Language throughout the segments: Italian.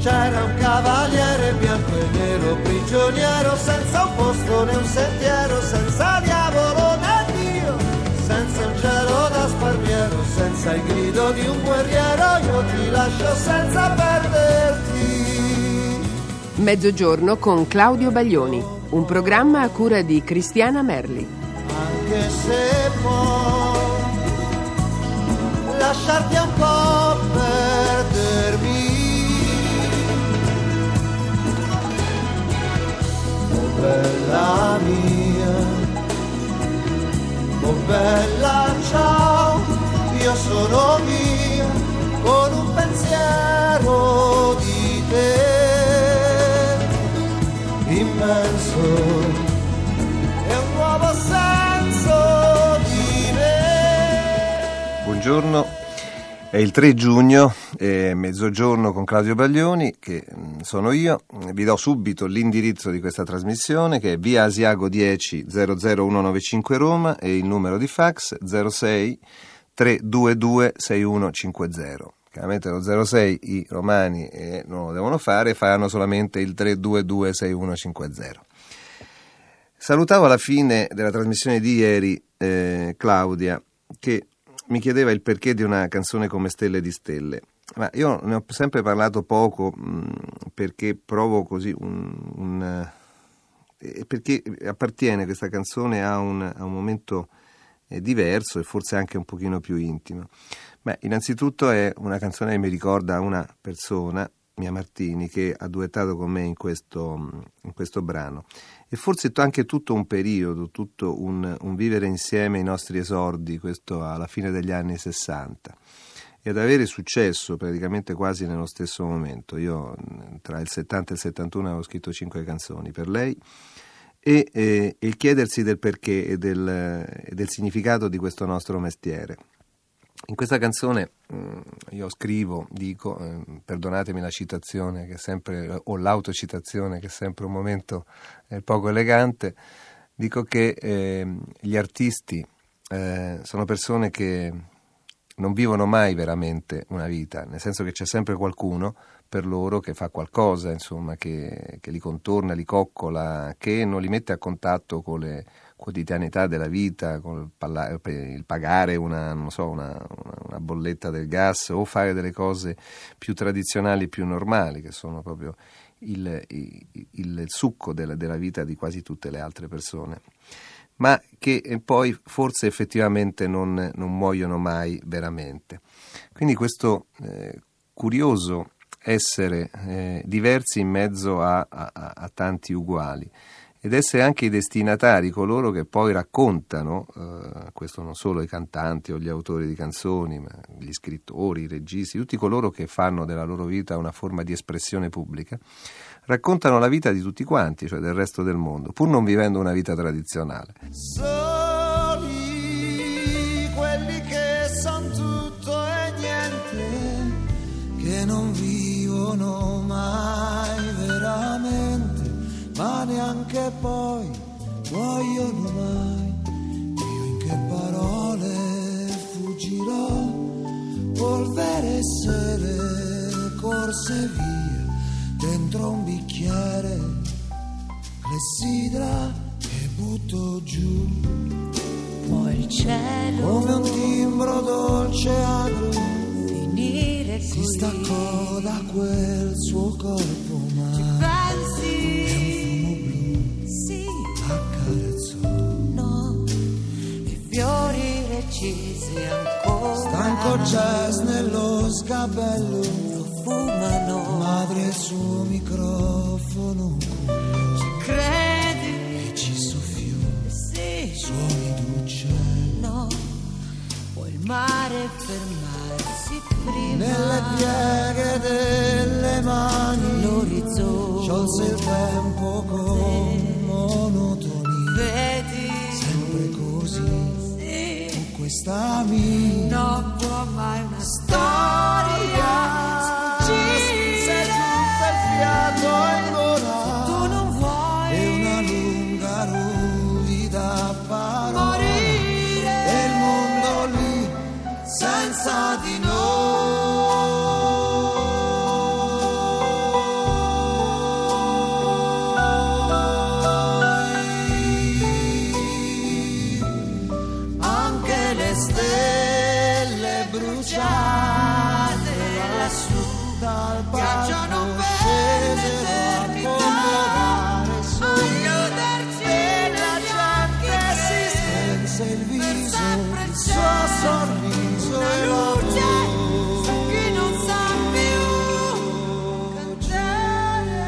C'era un cavaliere bianco e nero, prigioniero, senza un posto né un sentiero, senza diavolo né Dio, senza un cielo da sparviero, senza il grido di un guerriero, io ti lascio senza perderti. Mezzogiorno con Claudio Baglioni, un programma a cura di Cristiana Merli. Anche se può lasciarti un po' perdermi. Bella mia, oh bella ciao, io sono mia, con un pensiero di te, immenso, e un nuovo senso di me. Buongiorno. È il 3 giugno, mezzogiorno con Claudio Baglioni, che sono io. Vi do subito l'indirizzo di questa trasmissione, che è via Asiago 10 00195 Roma, e il numero di fax 06 322 6150. Chiaramente lo 06 i romani non lo devono fare, faranno solamente il 322 6150. Salutavo alla fine della trasmissione di ieri Claudia, che mi chiedeva il perché di una canzone come Stelle di Stelle, ma io ne ho sempre parlato poco perché provo così perché appartiene questa canzone a un momento diverso e forse anche un pochino più intimo. Beh, innanzitutto è una canzone che mi ricorda una persona, Mia Martini, che ha duettato con me in questo brano, e forse anche tutto un periodo, tutto un vivere insieme i nostri esordi, questo alla fine degli anni 60, e ad avere successo praticamente quasi nello stesso momento. Io tra il 70 e il 71 avevo scritto 5 canzoni per lei, e il chiedersi del perché e del significato di questo nostro mestiere. In questa canzone io scrivo, dico, perdonatemi la citazione che è sempre, o l'autocitazione che è sempre un momento poco elegante, dico che gli artisti sono persone che non vivono mai veramente una vita, nel senso che c'è sempre qualcuno per loro che fa qualcosa, insomma, che li contorna, li coccola, che non li mette a contatto con le quotidianità della vita, con il pagare una bolletta del gas o fare delle cose più tradizionali, più normali, che sono proprio il succo della vita di quasi tutte le altre persone, ma che poi forse effettivamente non muoiono mai veramente. Quindi questo curioso essere diversi in mezzo a tanti uguali, ed essere anche i destinatari, coloro che poi raccontano, questo non solo i cantanti o gli autori di canzoni, ma gli scrittori, i registi, tutti coloro che fanno della loro vita una forma di espressione pubblica, raccontano la vita di tutti quanti, cioè del resto del mondo, pur non vivendo una vita tradizionale. Soli quelli che son tutto e niente, che non vivono mai veramente, ma neanche poi muoiono mai. Io in che parole fuggirò, polvere e sere corse via, dentro un bicchiere clessidra che butto giù. Poi il cielo, come un timbro dolce agro, finire si così. staccò da quel suo corpo umano. Pensi? Fiori recisi ancora, Stanco jazz nello sgabello, profumano. madre il suo microfono, Ci credi? e ci soffiò Sì, suoni d'uccello. no. Può il mare fermarsi prima? Nelle pieghe delle mani L'orizzonte sciolse il tempo con monotonia. vedi? Sempre così, Sì, questa mia non può mai una storia dal viaggiano palco per scesero a controllare aiutarci e la gente si spense il viso, il suo sorriso e la voce chi non sa più cantare.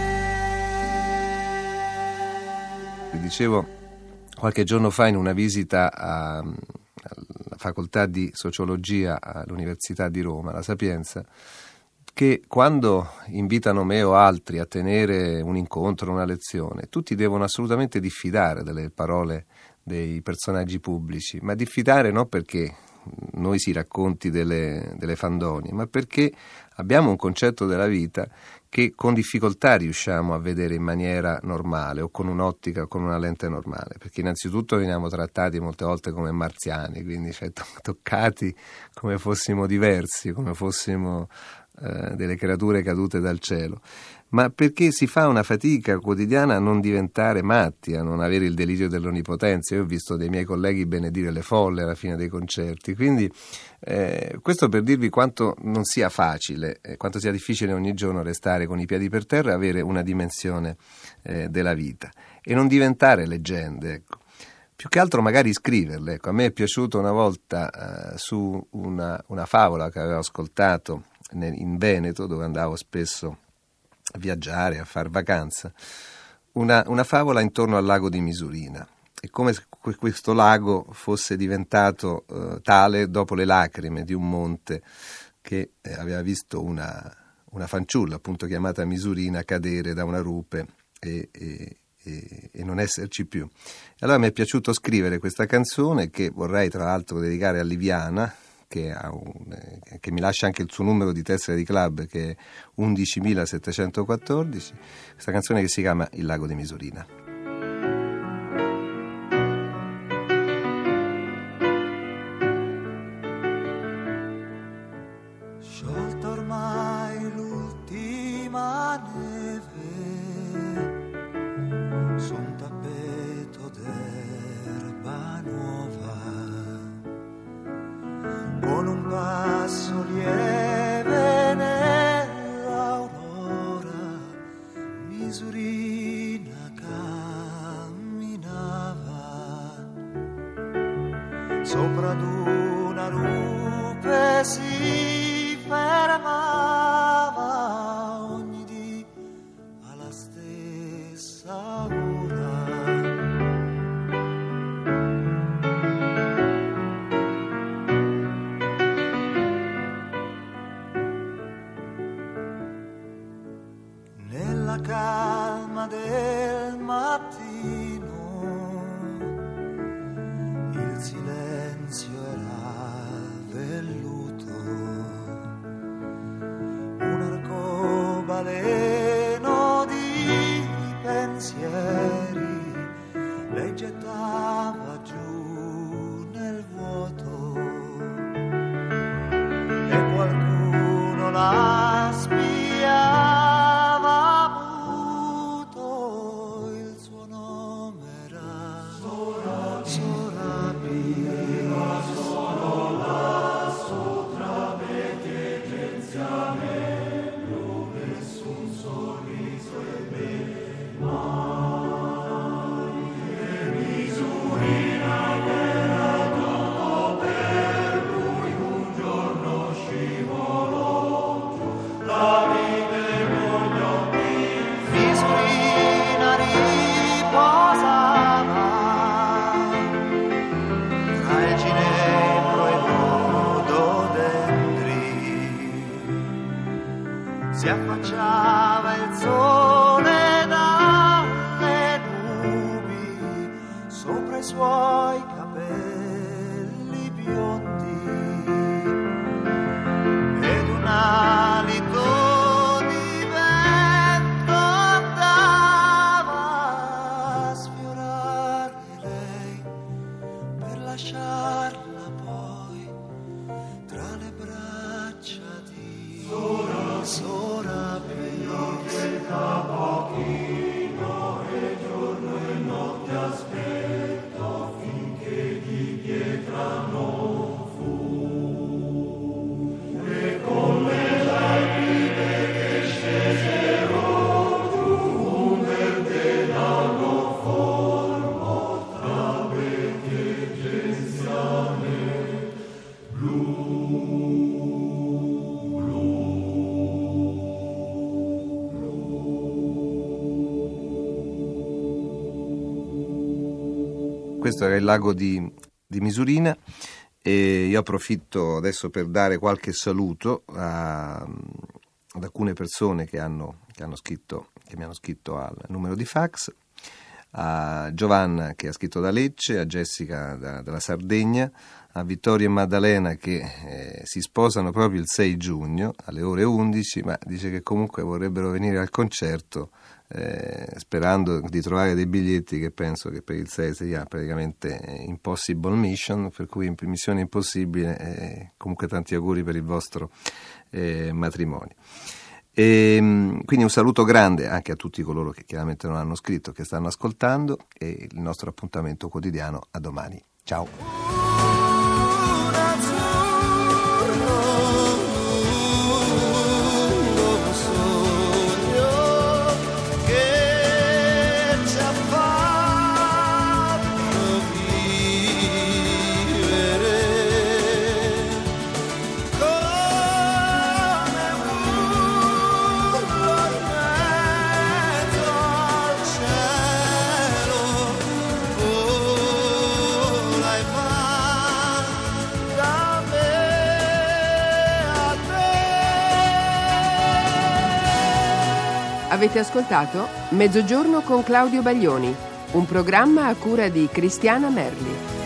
Vi dicevo qualche giorno fa in una visita alla facoltà di sociologia all'Università di Roma, la Sapienza, che quando invitano me o altri a tenere un incontro, una lezione, tutti devono assolutamente diffidare delle parole dei personaggi pubblici, ma diffidare non perché noi si racconti delle fandonie, ma perché abbiamo un concetto della vita che con difficoltà riusciamo a vedere in maniera normale o con un'ottica o con una lente normale, perché innanzitutto veniamo trattati molte volte come marziani, quindi cioè, toccati come fossimo diversi, come fossimo delle creature cadute dal cielo, ma perché si fa una fatica quotidiana a non diventare matti, a non avere il delirio dell'onnipotenza. Io ho visto dei miei colleghi benedire le folle alla fine dei concerti, quindi questo per dirvi quanto non sia facile, quanto sia difficile ogni giorno restare con i piedi per terra e avere una dimensione della vita e non diventare leggende, ecco. Più che altro magari scriverle. Ecco, a me è piaciuto una volta su una favola che avevo ascoltato in Veneto, dove andavo spesso a viaggiare, a far vacanza, una favola intorno al lago di Misurina. È come se questo lago fosse diventato tale dopo le lacrime di un monte che aveva visto una fanciulla, appunto chiamata Misurina, cadere da una rupe e non esserci più. Allora mi è piaciuto scrivere questa canzone, che vorrei tra l'altro dedicare a Liviana, che mi lascia anche il suo numero di tessera di club, che è 11.714, questa canzone che si chiama Il lago di Misurina. Sciolta ormai l'ultima neve su un tappeto d'erba nuova, con un passo lieve nell'aurora, Misurina camminava sopra ad una rupe, si fermava ogni dì alla stessa ora. Nella calma del mattino il silenzio era velluto, un arcobaleno di pensieri lei gettava giù nel vuoto e qualcuno la spiava muto. Il suo nome era Sorabi. Misurina riposava tra il ginepro e rododendri, si affacciava il sole dalle nubi sopra i suoi capelli biondi ed un alito di vento andava a sfiorare lei per lasciarla poi tra le braccia di Sorabi. Pochino e giorno e notte aspetto finché questo era il lago di Misurina, e io approfitto adesso per dare qualche saluto ad alcune persone che mi hanno scritto al numero di fax, a Giovanna che ha scritto da Lecce, a Jessica dalla Sardegna, a Vittorio e Maddalena che si sposano proprio il 6 giugno alle ore 11, ma dice che comunque vorrebbero venire al concerto, sperando di trovare dei biglietti, che penso che per il 6 sia praticamente impossible mission, per cui missione impossibile. Comunque tanti auguri per il vostro matrimonio. Quindi un saluto grande anche a tutti coloro che chiaramente non hanno scritto, che stanno ascoltando, e il nostro appuntamento quotidiano a domani. Ciao. Avete ascoltato Mezzogiorno con Claudio Baglioni, un programma a cura di Cristiana Merli.